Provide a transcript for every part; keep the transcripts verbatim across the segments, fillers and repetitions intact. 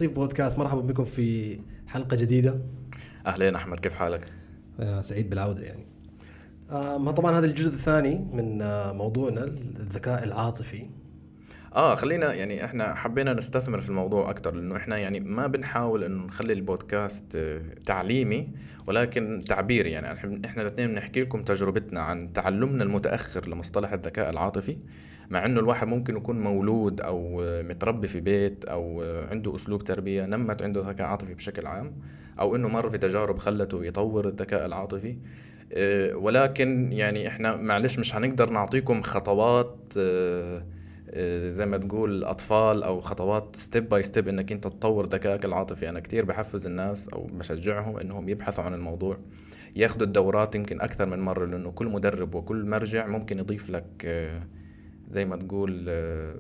نصيب بودكاست. مرحبا بكم في حلقة جديدة. أهلين أحمد، كيف حالك؟ آه، سعيد بالعودة يعني. آه، ما طبعا هذا الجزء الثاني من آه، موضوعنا الذكاء العاطفي. آه خلينا يعني إحنا حبينا نستثمر في الموضوع أكتر، لأنه إحنا يعني ما بنحاول إنه نخلي البودكاست آه، تعليمي ولكن تعبيري. يعني إحنا إحنا الاثنين بنحكي لكم تجربتنا عن تعلمنا المتأخر لمصطلح الذكاء العاطفي، مع إنه الواحد ممكن يكون مولود أو آه، متربي في بيت أو آه، عنده أسلوب تربية نمت عنده ذكاء عاطفي بشكل عام، أو إنه مر في تجارب خلته يطور الذكاء العاطفي. آه، ولكن يعني إحنا معلش مش هنقدر نعطيكم خطوات آه، آه، زي ما تقول أطفال أو خطوات ستيب باي ستيب إنك أنت تطور ذكائك العاطفي. أنا كتير بحفز الناس أو بشجعهم إنهم يبحثوا عن الموضوع، ياخدوا الدورات يمكن أكثر من مرة، لأنه كل مدرب وكل مرجع ممكن يضيف لك آه، زي ما تقول آه،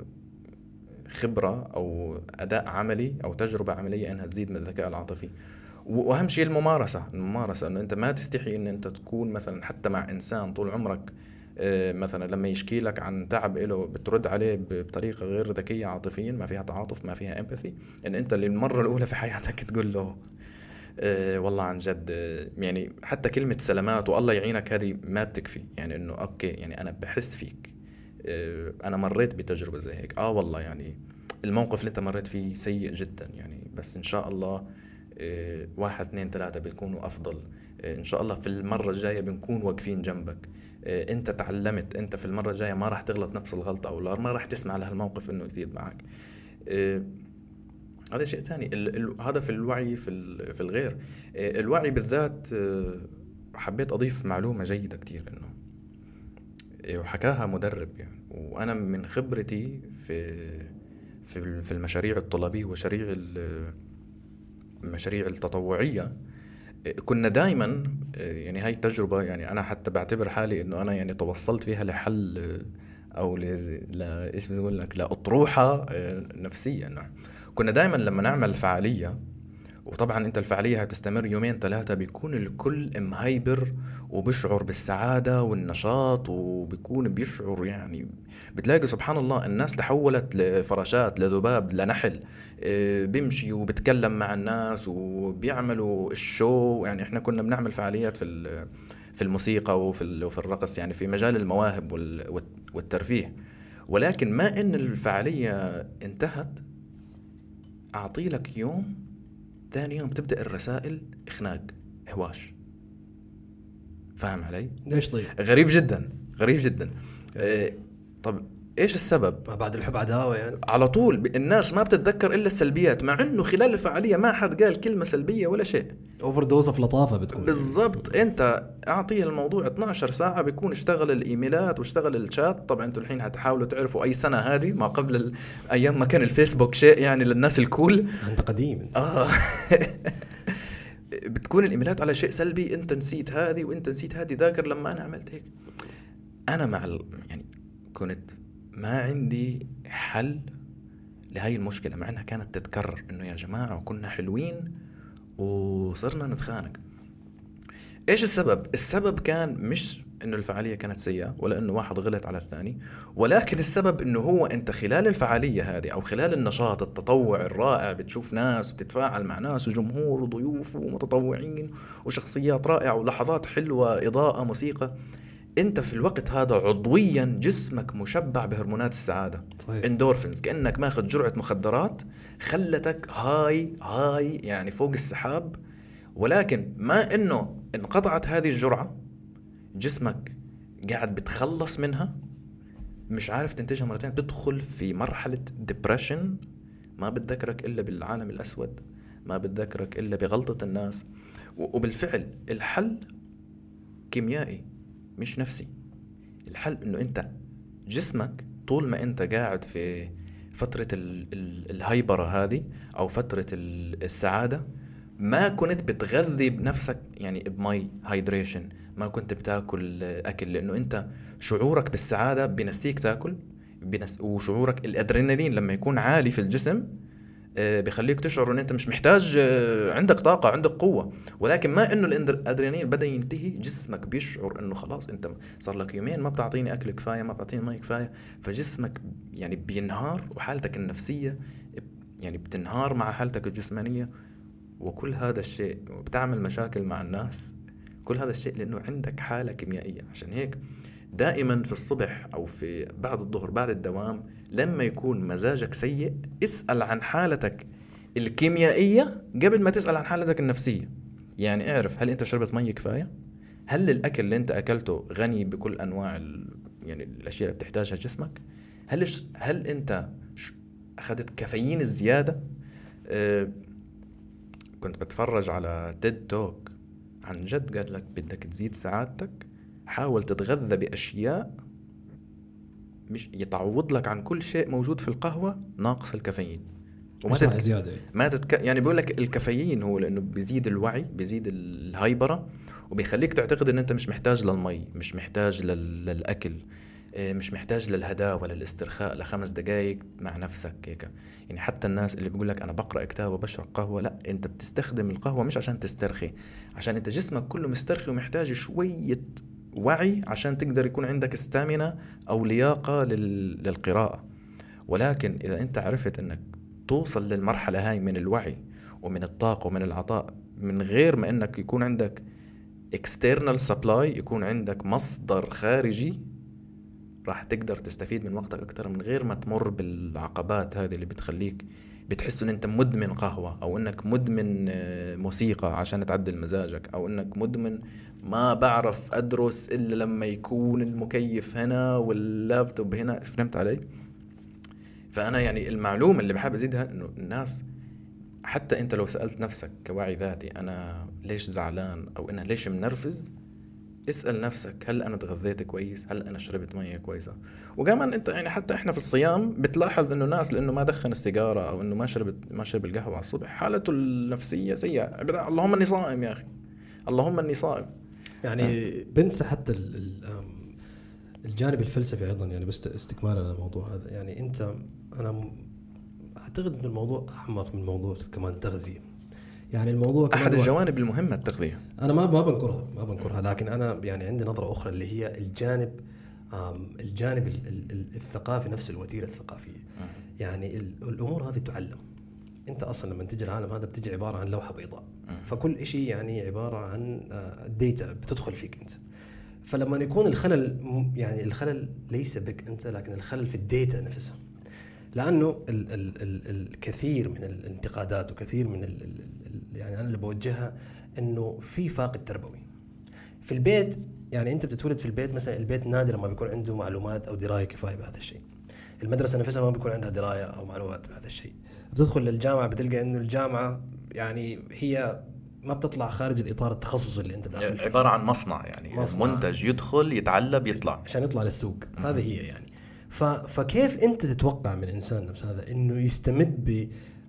خبرة أو أداء عملي أو تجربة عملية إنها تزيد من الذكاء العاطفي. واهم شيء الممارسه الممارسه انه انت ما تستحي ان انت تكون مثلا حتى مع انسان طول عمرك آه، مثلا لما يشكي لك عن تعب له بترد عليه بطريقه غير ذكيه عاطفيا، ما فيها تعاطف، ما فيها امباثي، ان انت للمره الاولى في حياتك تقول له أه والله عن جد آه، يعني حتى كلمه سلامات والله يعينك هذه ما بتكفي. يعني انه اوكي يعني انا بحس فيك، أه انا مريت بتجربه زي هيك، اه والله يعني الموقف اللي انت مريت فيه سيء جدا يعني، بس ان شاء الله إيه، واحد اثنين ثلاثة بيكونوا أفضل. إيه، إن شاء الله في المرة الجاية بنكون واقفين جنبك. إيه، أنت تعلمت، أنت في المرة الجاية ما راح تغلط نفس الغلطة أو لا ما راح تسمع لهالموقف إنه يزيد معك. إيه، هذا شيء تاني. ال ال هذا في الوعي في, ال في الغير. إيه، الوعي بالذات. إيه، حبيت أضيف معلومة جيدة كتير إنه إيه، وحكاها مدرب يعني، وأنا من خبرتي في في في المشاريع الطلابية ومشاريع المشاريع التطوعية. كنا دايما يعني هاي التجربة، يعني أنا حتى بعتبر حالي إنه أنا يعني توصلت فيها لحل أو ل لا إيش بقول لك لأطروحة نفسية. إنه كنا دايما لما نعمل فعالية، وطبعا انت الفعالية هتستمر يومين ثلاثة، بيكون الكل مهيبر وبيشعر بالسعادة والنشاط وبيكون بيشعر يعني بتلاقي سبحان الله الناس تحولت لفراشات لذباب لنحل. اه، بيمشي وبتكلم مع الناس وبيعملوا الشو. يعني احنا كنا بنعمل فعاليات في في الموسيقى وفي وفي الرقص، يعني في مجال المواهب والترفيه. ولكن ما ان الفعالية انتهت اعطي لك يوم ثاني يوم تبدأ الرسائل إخناق إهواش. فاهم علي؟ ليش طيب؟ غريب جدا غريب جدا. إيه طب إيش السبب؟ ما بعد الحب عداوة يعني. على طول الناس ما بتتذكر إلا السلبيات، مع إنه خلال الفعالية ما حد قال كلمة سلبية ولا شيء. اوفر دوز في لطافة بتكون. بالضبط. أنت أعطيه الموضوع اثنتا عشرة ساعة بيكون اشتغل الإيميلات واشتغل الشات. طبعا أنتوا الحين هتحاولوا تعرفوا أي سنة هذه، ما قبل ال... أيام ما كان الفيسبوك شيء يعني للناس الكول. انت قديم انت. آه بتكون الإيميلات على شيء سلبي، أنت نسيت هذه وأنت نسيت هذه. ذاكر لما أنا عملت هيك، أنا مع ال... يعني كنت ما عندي حل لهاي المشكلة، مع أنها كانت تتكرر إنه يا جماعة كنا حلوين وصرنا نتخانق. إيش السبب؟ السبب كان مش إنه الفعالية كانت سيئة ولا إنه واحد غلط على الثاني، ولكن السبب إنه هو أنت خلال الفعالية هذه أو خلال النشاط التطوع الرائع بتشوف ناس وبتتفاعل مع ناس وجمهور وضيوف ومتطوعين وشخصيات رائعة ولحظات حلوة، إضاءة، موسيقى. أنت في الوقت هذا عضويا جسمك مشبع بهرمونات السعادة، صحيح. اندورفينز، كأنك ماخذ جرعة مخدرات خلتك هاي هاي يعني فوق السحاب. ولكن ما إنه انقطعت هذه الجرعة، جسمك قاعد بتخلص منها، مش عارف تنتجها مرتين، بتدخل في مرحلة ديبريشن، ما بتذكرك إلا بالعالم الأسود، ما بتذكرك إلا بغلطة الناس. وبالفعل الحل كيميائي مش نفسي. الحل إنه أنت جسمك طول ما أنت قاعد في فترة ال ال الهايبرة هذه أو فترة السعادة، ما كنت بتغذي بنفسك يعني بمي هايدريشن، ما كنت بتاكل اكل، لانه انت شعورك بالسعاده بنسيك تاكل بنس... وشعورك الادرينالين لما يكون عالي في الجسم بيخليك تشعر ان انت مش محتاج، عندك طاقه عندك قوه. ولكن ما انه الادرينالين بدا ينتهي، جسمك بيشعر انه خلاص انت صار لك يومين ما بتعطيني اكل كفايه، ما بتعطيني مي كفايه، فجسمك يعني بينهار وحالتك النفسيه يعني بتنهار مع حالتك الجسمانية، وكل هذا الشيء بتعمل مشاكل مع الناس. كل هذا الشيء لأنه عندك حالة كيميائية. عشان هيك دائما في الصبح أو في بعد الظهر بعد الدوام لما يكون مزاجك سيء اسأل عن حالتك الكيميائية قبل ما تسأل عن حالتك النفسية. يعني اعرف هل أنت شربت مية كفاية؟ هل الأكل اللي أنت أكلته غني بكل أنواع ال... يعني الأشياء اللي بتحتاجها جسمك؟ هل هل أنت أخذت كافيين الزيادة؟ أه... كنت بتفرج على تيد توك عن جد قال لك بدك تزيد سعادتك حاول تتغذى بأشياء مش يتعوض لك عن كل شيء موجود في القهوة ناقص الكافيين. وما تتك... زيادة ما تتك... يعني بيقول لك الكافيين هو لأنه بيزيد الوعي بيزيد الهايبرة وبيخليك تعتقد ان انت مش محتاج للمي مش محتاج لل... للأكل مش محتاج للهداوة للاسترخاء لخمس دقائق مع نفسك هيك. يعني حتى الناس اللي بيقول لك أنا بقرأ كتاب وبشرب قهوة، لا أنت بتستخدم القهوة مش عشان تسترخي، عشان أنت جسمك كله مسترخي ومحتاج شوية وعي عشان تقدر يكون عندك استامينا أو لياقة لل... للقراءة. ولكن إذا أنت عرفت أنك توصل للمرحلة هاي من الوعي ومن الطاقة ومن العطاء من غير ما أنك يكون عندك external supply، يكون عندك مصدر خارجي، راح تقدر تستفيد من وقتك أكتر من غير ما تمر بالعقبات هذه اللي بتخليك بتحس ان انت مدمن قهوة او انك مدمن موسيقى عشان تعدل مزاجك او انك مدمن ما بعرف ادرس الا لما يكون المكيف هنا واللابتوب هنا. فهمت علي؟ فانا يعني المعلومة اللي بحب ازيدها انه الناس حتى انت لو سألت نفسك كوعي ذاتي انا ليش زعلان او انا ليش منرفز، اسأل نفسك هل أنا تغذيت كويس؟ هل أنا شربت مية كويسة؟ وكمان أنت يعني حتى إحنا في الصيام بتلاحظ إنه ناس لأنه ما دخن السيجارة أو إنه ما شرب ما شرب القهوة على الصبح حالته النفسية سيئة. اللهم إني صائم يا أخي، اللهم إني صائم. يعني أه. بنسى حتى الجانب الفلسفي أيضا، يعني بس استكمالا للموضوع هذا. يعني أنت أنا أعتقد إن الموضوع أعمق من موضوع كمان تغذية. يعني الموضوع أحد الجوانب المهمة التغذية. أنا ما ما بنكرها ما بنكرها لكن أنا يعني عندي نظرة أخرى اللي هي الجانب الجانب الثقافي، نفس الوتيرة الثقافية. يعني الأمور هذه تعلم. أنت أصلا لما تيجي العالم هذا بتيجي عبارة عن لوحة بيضاء، فكل إشي يعني عبارة عن ديتا بتدخل فيك أنت. فلما يكون الخلل يعني الخلل ليس بك أنت لكن الخلل في الديتا نفسها، لأنه ال ال ال الكثير من الانتقادات وكثير من ال ال يعني أنا اللي بوجهها إنه في فاقد تربوي في البيت. يعني أنت بتتولد في البيت مثلا، البيت نادر ما بيكون عنده معلومات أو دراية كفاية بهذا الشيء. المدرسة نفسها ما بيكون عندها دراية أو معلومات بهذا الشيء. بتدخل للجامعة بتلقى إنه الجامعة يعني هي ما بتطلع خارج الإطار التخصصي اللي أنت داخل فيه، عبارة عن مصنع، يعني مصنع. منتج يدخل يتعلم يطلع عشان يطلع للسوق. هذه هي يعني. فكيف أنت تتوقع من الإنسان نفس هذا إنه يستمد ب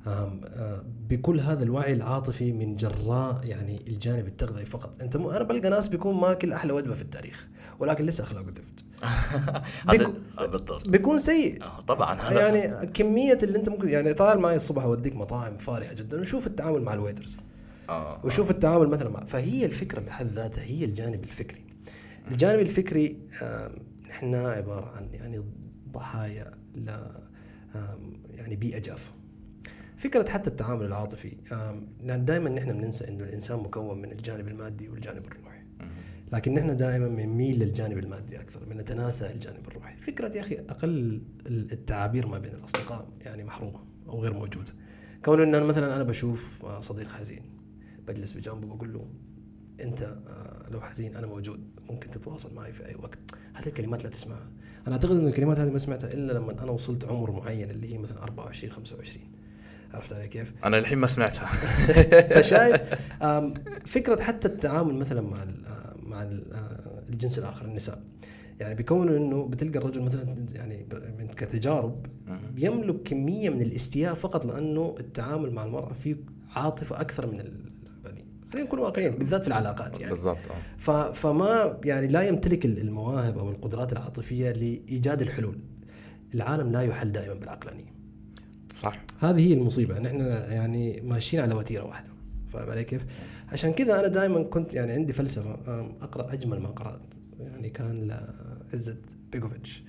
بكل هذا الوعي العاطفي من جراء يعني الجانب التغذية فقط؟ أنت م... أنا بلقى ناس بيكون ماكل أحلى وجبة في التاريخ ولكن لسه أخلاقه دفت. بيكون... بالضبط بيكون سيء طبعا. هذا يعني كمية اللي أنت ممكن يعني تعال معي الصبح أوديك مطاعم فارهة جدا وشوف التعامل مع الويترز آه. وشوف التعامل مثلا مع... فهي الفكرة بحد ذاتها هي الجانب الفكري. الجانب الفكري نحن عبارة عن يعني ضحايا ل يعني بيئة جافة. فكرة حتى التعامل العاطفي لأن دائما نحن بننسى إنه الإنسان مكون من الجانب المادي والجانب الروحي، لكن نحن دائما بنميل للجانب المادي أكثر من نتناسى الجانب الروحي. فكرة يا أخي أقل التعابير ما بين الأصدقاء يعني محرومة أو غير موجودة. كون إن أنا مثلا أنا بشوف صديق حزين بجلس بجانبه بقول له أنت لو حزين أنا موجود ممكن تتواصل معي في أي وقت. هذه الكلمات لا تسمعها. أنا أعتقد إن الكلمات هذه ما سمعتها إلا لما أنا وصلت عمر معين اللي هي مثلا أربعة وعشرين خمسة وعشرين. عرفت علي كيف؟ أنا الحين ما سمعتها. فشايف فكرة حتى التعامل مثلا مع مع الجنس الآخر النساء، يعني بيكونوا إنه بتلقى الرجل مثلا يعني من كتجارب بيملك كمية من الاستياء فقط لأنه التعامل مع المرأة فيه عاطفة أكثر من ال خلينا نكون واقعيين بالذات في العلاقات يعني. بالضبط. فما يعني لا يمتلك المواهب أو القدرات العاطفية لإيجاد الحلول. العالم لا يحل دائما بالعقلانية. صح. هذه هي المصيبة، نحن يعني ماشيين على وتيرة واحدة. فاهم علي كيف؟ عشان كذا أنا دائما كنت يعني عندي فلسفة أقرأ أجمل ما قرأت يعني كان لعزت بيغوفيتش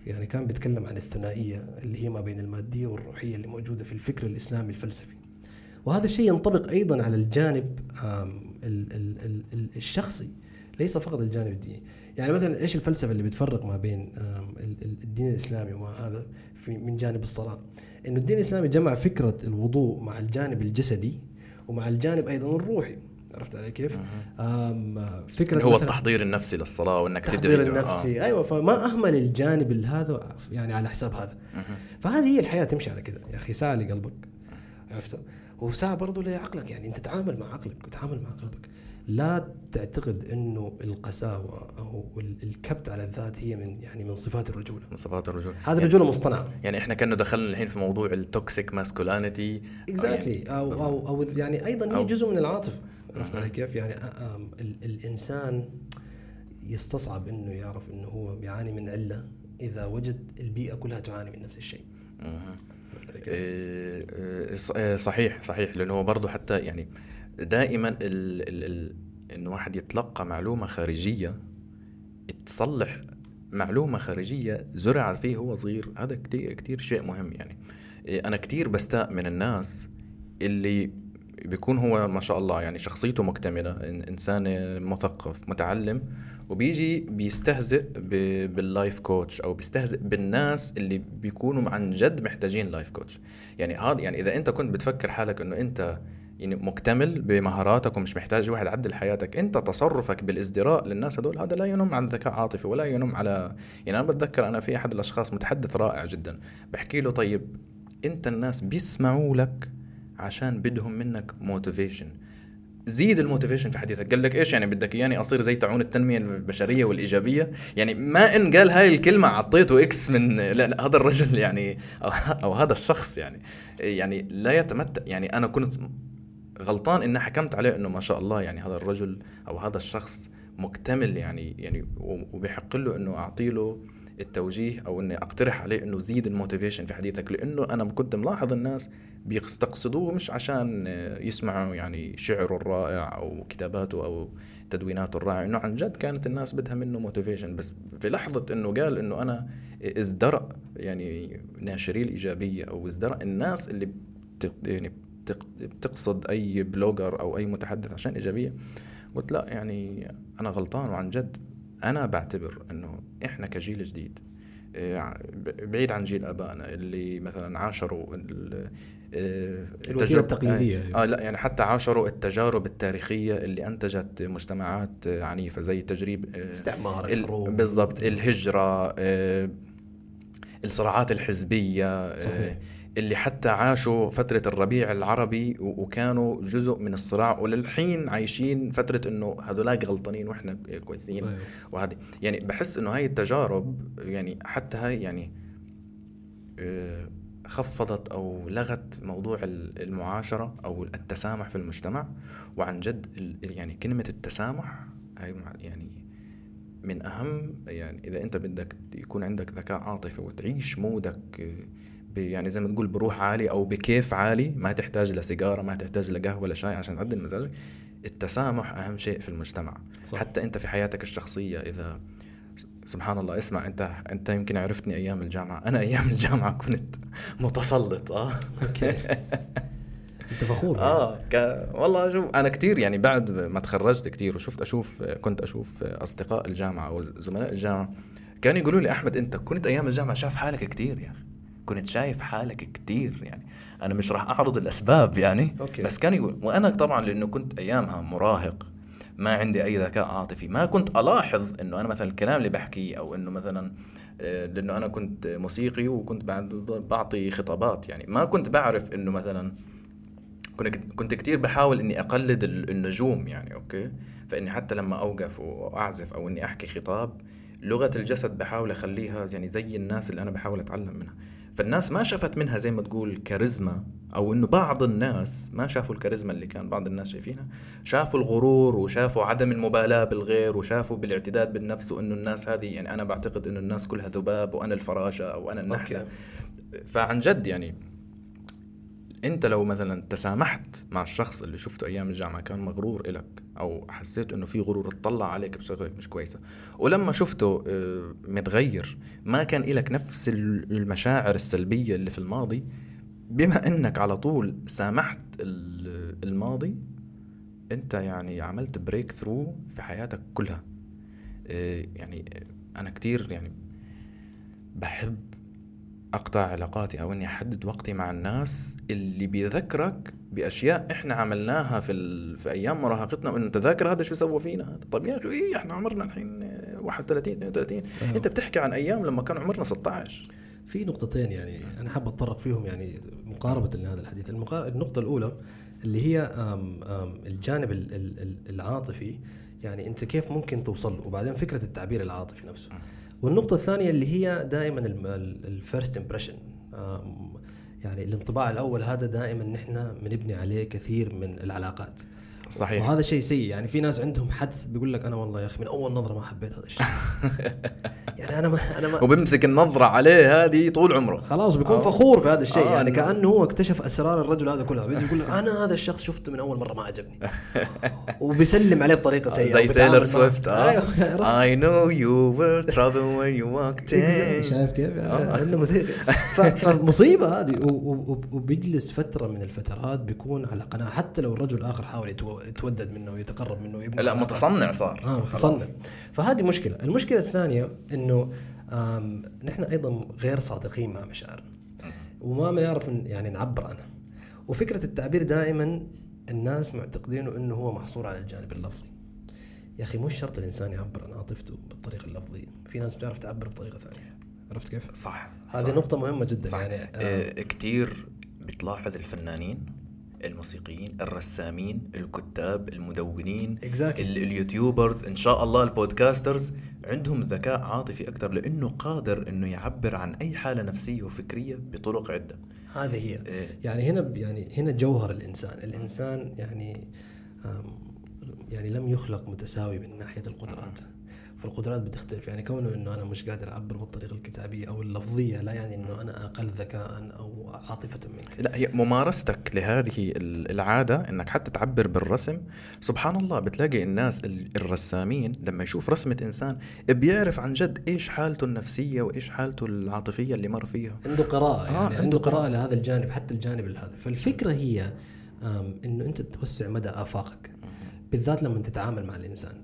يعني كان بيتكلم عن الثنائية اللي هي ما بين المادية والروحية اللي موجودة في الفكر الإسلامي الفلسفي. وهذا الشيء ينطبق أيضا على الجانب ال ال ال الشخصي، ليس فقط الجانب الديني. يعني مثلا إيش الفلسفة اللي بتفرق ما بين الدين الإسلامي وما هذا في من جانب الصلاة؟ إنه الدين الإسلامي جمع فكرة الوضوء مع الجانب الجسدي ومع الجانب أيضا الروحي. عرفت علي كيف؟ فكرة هو التحضير النفسي للصلاة وإنك تدعي التحضير النفسي. آه. أيوة، فما أهمل الجانب هذا يعني على حساب هذا. أه. فهذه هي الحياة تمشي على كده يا أخي، ساعة لقلبك، عرفت؟ وساعة برضو لعقلك، يعني أنت تتعامل مع عقلك وتتعامل مع قلبك. لا تعتقد إنه القساوة أو الكبت على الذات هي من يعني من صفات الرجولة. من صفات الرجولة. هذا الرجولة يعني مصطنعة. يعني إحنا كنا دخلنا الحين في موضوع التوكسيك ماسكولانيتي. exactly. يعني أو, أو أو يعني أيضا هي جزء من العاطفة. عرفت علي كيف؟ يعني الإنسان يستصعب إنه يعرف إنه هو بيعاني من علة إذا وجد البيئة كلها تعاني من نفس الشيء. صحيح صحيح، لأنه برضو حتى يعني دائما ال ال ال إنه واحد يتلقى معلومة خارجية، تصلح معلومة خارجية زرعت فيه هو صغير، هذا كتير كتير شيء مهم. يعني أنا كتير بستاء من الناس اللي بيكون هو ما شاء الله يعني شخصيته مكتملة، إنسان مثقف متعلم، وبيجي بيستهزئ باللايف كوتش أو بيستهزئ بالناس اللي بيكونوا عن جد محتاجين لايف كوتش. يعني هذا يعني إذا أنت كنت بتفكر حالك إنه أنت يعني مكتمل بمهاراتك ومش محتاج واحد يعدل حياتك، أنت تصرفك بالازدراء للناس هدول هذا لا ينم عن ذكاء عاطفي ولا ينم على يعني. أنا بتذكر أنا في أحد الأشخاص متحدث رائع جدا، بحكي له طيب أنت الناس بيسمعوا لك عشان بدهم منك موتيفيشن، زيد الموتيفيشن في حديثك. قال لك ايش يعني بدك يعني اصير زي تعون التنميه البشريه والايجابيه؟ يعني ما ان قال هاي الكلمه عطيته اكس من لا, لا هذا الرجل يعني او, أو هذا الشخص يعني يعني لا يتمتع. يعني انا كنت غلطان ان حكمت عليه انه ما شاء الله يعني هذا الرجل او هذا الشخص مكتمل يعني يعني وبيحق له انه اعطي له التوجيه او اني اقترح عليه انه زيد الموتيفيشن في حديثك، لانه انا كنت ملاحظ الناس بيستقصدوه مش عشان يسمعوا يعني شعره الرائع او كتاباته او تدويناته الرائعه، انه عن جد كانت الناس بدها منه موتيفيشن. بس في لحظه انه قال انه انا ازدرأ يعني ناشري الايجابيه او ازدرأ الناس اللي يعني بتقصد اي بلوجر او اي متحدث عشان ايجابيه، قلت لا يعني انا غلطان. وعن جد أنا بعتبر أنه إحنا كجيل جديد بعيد عن جيل آبائنا اللي مثلا عاشروا الوتيرة التقليدية آه, آه لا يعني حتى عاشروا التجارب التاريخية اللي أنتجت مجتمعات عنيفة زي تجريب استعمار الحروب بالضبط، الهجرة، آه الصراعات الحزبية. صحيح. اللي حتى عاشوا فترة الربيع العربي وكانوا جزء من الصراع، وللحين عايشين فترة انه هذولاك غلطانين واحنا كويسين. أيوة. وهذه يعني بحس انه هاي التجارب يعني حتى هاي يعني خفضت او لغت موضوع المعاشرة او التسامح في المجتمع. وعن جد يعني كلمة التسامح هاي يعني من اهم، يعني اذا انت بدك يكون عندك ذكاء عاطفي وتعيش مودك يعني زي ما تقول بروح عالي أو بكيف عالي، ما تحتاج لسيجارة ما تحتاج لقهوة ولا شاي عشان تعدل مزاجك. التسامح أهم شيء في المجتمع. صح. حتى أنت في حياتك الشخصية إذا سبحان الله اسمع أنت أنت يمكن عرفتني أيام الجامعة، أنا أيام الجامعة كنت متسلط آه أوكي. أنت فخور آه ك... والله شوف أنا كتير يعني بعد ما تخرجت كتير وشفت أشوف كنت أشوف أصدقاء الجامعة وزملاء الجامعة كانوا يقولوا لي أحمد أنت كنت أيام الجامعة شايف حالك كتير يا أخي، كنت شايف حالك كتير. يعني أنا مش راح أعرض الأسباب يعني أوكي. بس كان يقول، وأنا طبعا لأنه كنت أيامها مراهق ما عندي أي ذكاء عاطفي، ما كنت ألاحظ إنه أنا مثلا الكلام اللي بحكيه أو إنه مثلا لأنه أنا كنت موسيقي وكنت بعد بعطي خطابات، يعني ما كنت بعرف إنه مثلا كنت كنت كتير بحاول إني أقلد النجوم يعني أوكي. فإني حتى لما أوقف وأعزف أو إني أحكي خطاب لغة الجسد بحاول أخليها يعني زي الناس اللي أنا بحاول أتعلم منها. فالناس ما شافت منها زي ما تقول كاريزما، أو إنه بعض الناس ما شافوا الكاريزما اللي كان بعض الناس شايفينها، شافوا الغرور وشافوا عدم المبالاة بالغير وشافوا بالاعتداد بالنفس، وإنه الناس هذه يعني أنا بعتقد إنه الناس كلها ذباب وأنا الفراشة أو أنا النحلة. فعن جد يعني انت لو مثلا تسامحت مع الشخص اللي شفته ايام الجامعه كان مغرور إلك او حسيت انه في غرور اطلع عليك بشغلك مش كويسه، ولما شفته آه، متغير ما كان إلك نفس المشاعر السلبيه اللي في الماضي، بما انك على طول سامحت ال- الماضي، انت يعني عملت بريك ثرو في حياتك كلها. آه، يعني آه، انا كتير يعني بحب اقطع علاقاتي او اني احدد وقتي مع الناس اللي بيذكرك باشياء احنا عملناها في ال... في ايام مراهقتنا، وانه تذاكر هذا شو سوى فينا. طب يا اخي إيه احنا عمرنا الحين واحد وثلاثين اثنين وثلاثين، أيوه. انت بتحكي عن ايام لما كان عمرنا ستة عشر. في نقطتين يعني أنا حاب أتطرق فيهم يعني مقاربة لهذا الحديث. المقار... النقطة الأولى اللي هي آم آم الجانب ال- ال- ال- العاطفي، يعني أنت كيف ممكن توصل له، وبعدين فكرة التعبير العاطفي نفسه. والنقطة الثانية اللي هي دائما الفيرست امبريشن، يعني الانطباع الأول هذا دائما نحن بنبني عليه كثير من العلاقات. صحيح. وهذا شيء سيء. يعني في ناس عندهم حدس بيقول لك أنا والله يا أخي من أول نظرة ما حبيت هذا الشخص. يعني أنا ما أنا ما وبمسك النظرة عليه هذه طول عمره، خلاص بيكون آه. فخور في هذا الشيء. آه، يعني إنه- كأنه هو اكتشف أسرار الرجل هذا كلها، بيجي يقول لك أنا هذا الشخص شفته من أول مرة ما عجبني، وبيسلم عليه بطريقة سيئة زي وبيتعامل تايلر معه. سويفت. اه أيوه عرفت. I know you were trouble when you walked in. شايف كيف يعني آه. عنده موسيقى. ف- فمصيبة هذه. و- و- وبيجلس فترة من الفترات بيكون على قناع، حتى لو الرجل الآخر حاول يتو- يتودد منه ويتقرب منه ويبني لا علاقة. متصنع صار. اه خلاص. متصنع. فهذه مشكلة. المشكلة الثانية انه آم، نحن ايضا غير صادقين مع مشاعرنا وما بنعرف ن- يعني نعبر عنها. وفكرة التعبير دائما الناس معتقدينه انه هو محصور على الجانب اللفظي. يا اخي مش شرط الانسان يعبر عن عاطفته بالطريقة اللفظية، في ناس بتعرف تعبر بطريقة ثانية. عرفت كيف؟ صح. هذه صح. نقطة مهمة جدا. صح. يعني آه آه كتير بتلاحظ الفنانين، الموسيقيين، الرسامين، الكتاب، المدونين، Exactly. ال- اليوتيوبرز، ان شاء الله البودكاسترز، عندهم ذكاء عاطفي اكثر لانه قادر انه يعبر عن اي حالة نفسية وفكرية بطرق عدة. هذه هي. إيه. يعني هنا يعني هنا جوهر الإنسان. الإنسان يعني آم، يعني لم يخلق متساوي من ناحية القدرات، فالقدرات بتختلف. يعني كونه إنه أنا مش قادر أعبر بالطريقة الكتابية أو اللفظية لا يعني إنه أنا أقل ذكاء أو عاطفة منك. لا، هي ممارستك لهذه ال- العادة انك حتى تعبر بالرسم. سبحان الله بتلاقي الناس ال- الرسامين لما يشوف رسمة انسان بيعرف عن جد ايش حالته النفسية وايش حالته العاطفية اللي مر فيها. عنده قراءة. يعني آه، عنده, عنده قراءة قراءة. لهذا الجانب، حتى الجانب هذا. فالفكرة هي آم، إنه أنت توسع مدى آفاقك، بالذات لما تتعامل مع الإنسان.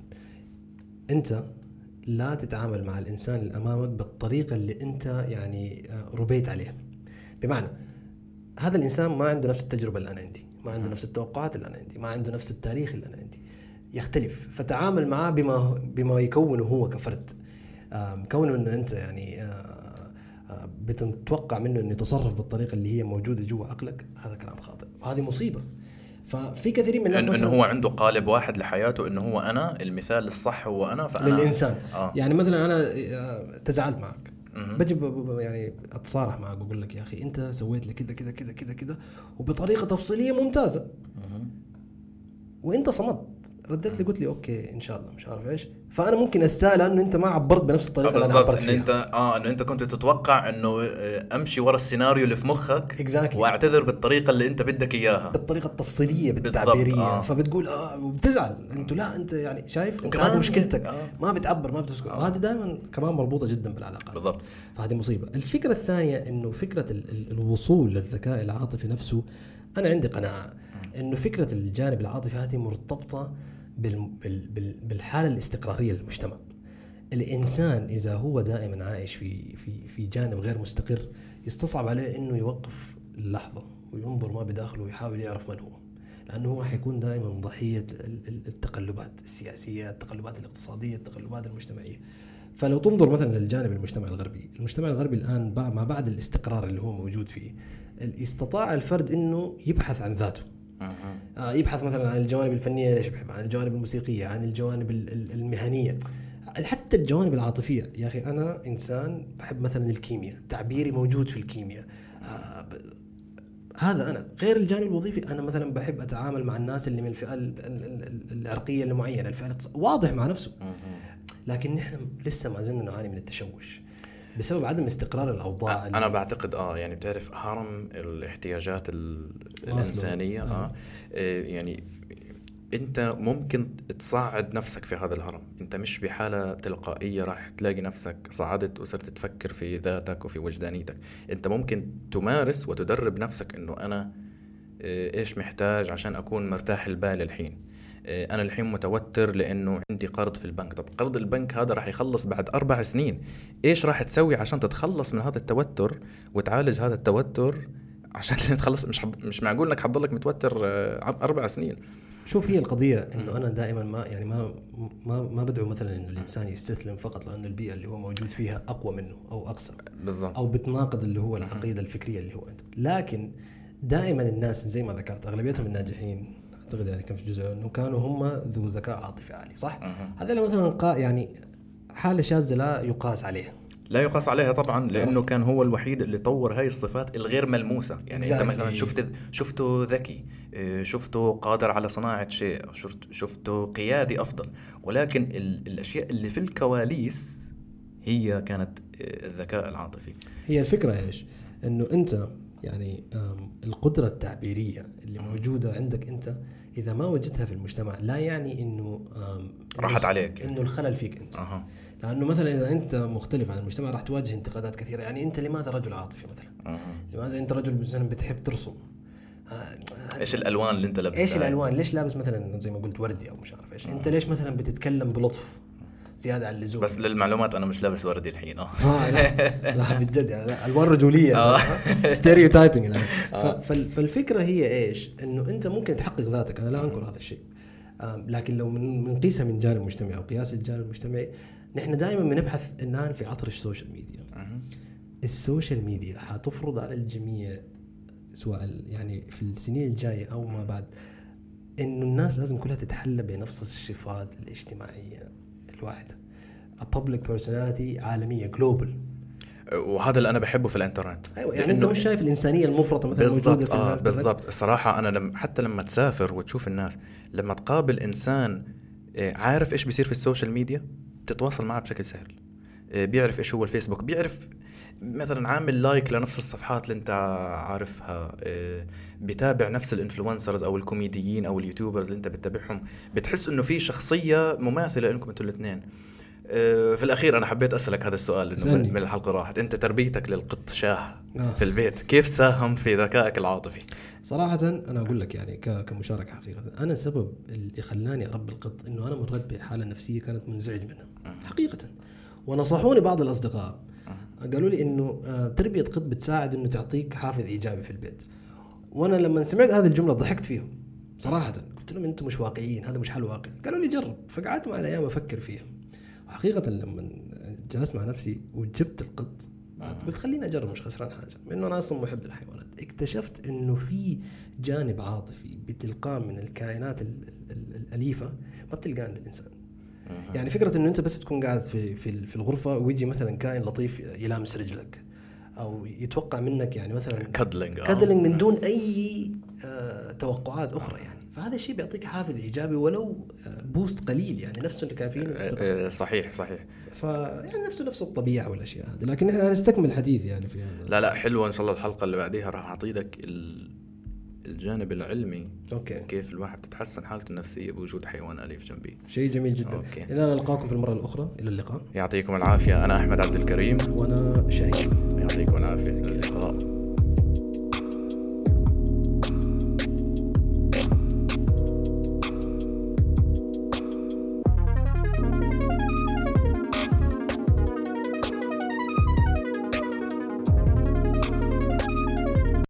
أنت لا تتعامل مع الإنسان اللي أمامك بالطريقة اللي أنت يعني آه، ربيت عليها. بمعنى هذا الإنسان ما عنده نفس التجربة اللي أنا عندي، ما عنده نفس التوقعات اللي أنا عندي، ما عنده نفس التاريخ اللي أنا عندي، يختلف. فتعامل معاه بما بما يكونه هو كفرد. آم، كونه إنه أنت يعني آه، آه، بتتوقع منه إنه يتصرف بالطريقة اللي هي موجودة جوا عقلك، هذا كلام خاطئ وهذه مصيبة. ففي كثير من الناس انه إنه مثلاً هو عنده قالب واحد لحياته، انه هو انا المثال الصح هو انا، فانا للإنسان. آه. يعني مثلا أنا آه، تزعلت معك، مهم. بجي ب- ب- يعني اتصارح معك واقول لك يا اخي انت سويت لي كذا كذا كذا كذا كذا وبطريقه تفصيليه ممتازه، مهم. وانت صمت رديت لي قلت لي اوكي ان شاء الله مش عارف ايش. فانا ممكن استاهل لانه انت ما عبرت بنفس الطريقه اللي انا بالضبط. عبرت ان فيها. انت اه انه انت كنت تتوقع انه آه، امشي ورا السيناريو اللي في مخك Exactly. واعتذر بالطريقه اللي انت بدك اياها. بالطريقه التفصيليه بالضبط، بالتعبيريه. آه. فبتقول اه وبتزعل انتوا، لا انت يعني شايف انت وكمان هذه مشكلتك آه. ما بتعبر ما بتسكت. وهذه دائما كمان مربوطه جدا بالعلاقات. بالضبط. فهذه مصيبه. الفكره الثانيه انه فكره ال- ال- الوصول للذكاء العاطفي نفسه، انا عندي قناعه انه فكره الجانب العاطفي هذه مرتبطه بال بال بال بالحاله الاستقراريه للمجتمع. الانسان اذا هو دائما عايش في في في جانب غير مستقر يستصعب عليه انه يوقف اللحظه وينظر ما بداخله ويحاول يعرف من هو، لانه هو حيكون دائما ضحيه ال- ال- التقلبات السياسيه، التقلبات الاقتصاديه، التقلبات المجتمعيه. فلو تنظر مثلا للجانب المجتمع الغربي، المجتمع الغربي الان بع- ما بعد الاستقرار اللي هو موجود فيه، استطاع الفرد انه يبحث عن ذاته. آه، يبحث مثلا عن الجوانب الفنية، ليش بحب، عن الجوانب الموسيقية، عن الجوانب ال- ال- المهنية، حتى الجوانب العاطفية. يا أخي أنا إنسان بحب مثلا الكيمياء، تعبيري موجود في الكيمياء. آه، ب- هذا أنا. غير الجانب الوظيفي، أنا مثلا بحب أتعامل مع الناس اللي من الفئة ال- ال- ال- العرقية اللي معينة، الفئة الاقتص- واضح مع نفسه. لكن نحن لسه ما زلنا نعاني من التشوش. بسبب عدم استقرار الاوضاع. انا بعتقد اه يعني بتعرف هرم الاحتياجات الانسانيه اه, آه يعني انت ممكن تصعد نفسك في هذا الهرم. انت مش بحالة تلقائية راح تلاقي نفسك صعدت وصرت تفكر في ذاتك وفي وجدانيتك. انت ممكن تمارس وتدرب نفسك انه انا ايش محتاج عشان اكون مرتاح البال الحين. انا الحين متوتر لانه عندي قرض في البنك. طب قرض البنك هذا راح يخلص بعد اربع سنين. ايش راح تسوي عشان تتخلص من هذا التوتر وتعالج هذا التوتر عشان تتخلص؟ مش حض... مش معقول انك حتضلك متوتر اربع سنين. شوف هي القضية إنه أنا دائما ما يعني ما ما ما بدعو مثلا إنه الإنسان يستسلم فقط لأنه البيئة اللي هو موجود فيها أقوى منه أو أقصى بالضبط، أو بتناقض اللي هو العقيدة الفكرية اللي هو عنده. لكن دائما الناس زي ما ذكرت أغلبيتهم الناجحين أعتقد يعني كم في جزء إنه كانوا هم ذو ذكاء عاطفي عالي، صح؟ هذا مثلا قا يعني حالة شاذة لا يقاس عليها. لا يقاس عليها طبعا، لانه كان هو الوحيد اللي طور هاي الصفات الغير ملموسه. يعني exactly. انت مثلا شفت شفته ذكي، شفته قادر على صناعه شيء، شفته قيادي افضل، ولكن الاشياء اللي في الكواليس هي كانت الذكاء العاطفي. هي الفكره ايش؟ انه انت يعني القدره التعبيريه اللي موجوده عندك انت اذا ما وجدتها في المجتمع لا يعني انه راحت عليك، انه الخلل فيك انت. أه. لانه مثلا اذا انت مختلف عن المجتمع راح تواجه انتقادات كثيره. يعني انت لماذا رجل عاطفي مثلا؟ أه. لماذا انت رجل مثلا بتحب ترسم؟ ايش الالوان اللي انت لابسها؟ ايش الالوان؟ ليش لابس مثلا زي ما قلت وردي او مش عارف ايش؟ أه. انت ليش مثلا بتتكلم بلطف زياده عن اللزوم؟ بس للمعلومات انا مش لابس وردي الحين. اه لا لا بجد يعني الوان رجوليه ستيريوتايبنج يعني. فالفكره هي ايش؟ انه انت ممكن تحقق ذاتك، انا لا انكر هذا الشيء، لكن لو بنقيسها من جانب مجتمعي او قياس الجانب المجتمعي، نحن دائما بنبحث الان في عطر السوشيال ميديا. السوشيال ميديا حتفرض على الجميع سواء يعني في السنين الجايه او ما بعد انه الناس لازم كلها تتحلى بنفس الصفات الاجتماعيه الواحده، a public personality عالميه global. وهذا اللي انا بحبه في الانترنت. ايوه يعني انت مش شايف الانسانيه المفرطه مثلا موجوده في الانترنت. بالضبط. الصراحه انا لما حتى لما تسافر وتشوف الناس، لما تقابل انسان عارف ايش بيصير في السوشيال ميديا تتواصل معه بشكل سهل. بيعرف ايش هو الفيسبوك، بيعرف مثلا عامل لايك لنفس الصفحات اللي انت عارفها، بيتابع نفس الانفلونسرز او الكوميديين او اليوتيوبرز اللي انت بتتابعهم، بتحس انه في شخصيه مماثله لكم انتوا الاثنين. في الأخير أنا حبيت أسألك هذا السؤال إنه من الحلقة راحت، أنت تربيتك للقط شاه في البيت كيف ساهم في ذكائك العاطفي؟ صراحة أنا أقول لك يعني كمشاركة حقيقة، أنا سبب اللي خلاني أربي القط إنه أنا مريت بحالة نفسية كانت منزعج منها حقيقة، ونصحوني بعض الأصدقاء قالوا لي إنه تربية قط بتساعد إنه تعطيك حافز إيجابي في البيت. وأنا لما سمعت هذه الجملة ضحكت فيهم صراحة، قلت لهم أنتم مش واقعيين، هذا مش حل واقعي. قالوا لي جرب، فقعدت مع الأيام أفكر فيها. حقيقة لما جلست مع نفسي وجبت القط قلت خليني أجرب، مش خسران حاجة، إنه أنا أصلا محب للحيوانات. اكتشفت إنه في جانب عاطفي بتلقاه من الكائنات الأليفة ما بتلقاه عند الإنسان. يعني فكرة إنه أنت بس تكون قاعد في في في الغرفة ويجي مثلا كائن لطيف يلامس رجلك أو يتوقع منك يعني مثلا كادلينج كادلينج من دون أي آه توقعات أخرى يعني، فهذا الشيء بيعطيك حافز إيجابي ولو بوست قليل يعني نفسه اللي كافيين. صحيح صحيح. فيعني نفسه نفس الطبيعة والأشياء هذه، لكن إحنا هنستكمل الحديث يعني في هذا. لا لا حلوة، إن شاء الله الحلقة اللي بعديها راح أعطي لك الجانب العلمي. أوكي. كيف الواحد تتحسن حالته النفسية بوجود حيوان أليف جنبي. شيء جميل جدا. أوكي. إلى نلقاكم في المرة الأخرى، إلى اللقاء. يعطيكم العافية. أنا أحمد عبد الكريم وأنا شاهين. يعطيكم العافية. اللقاء.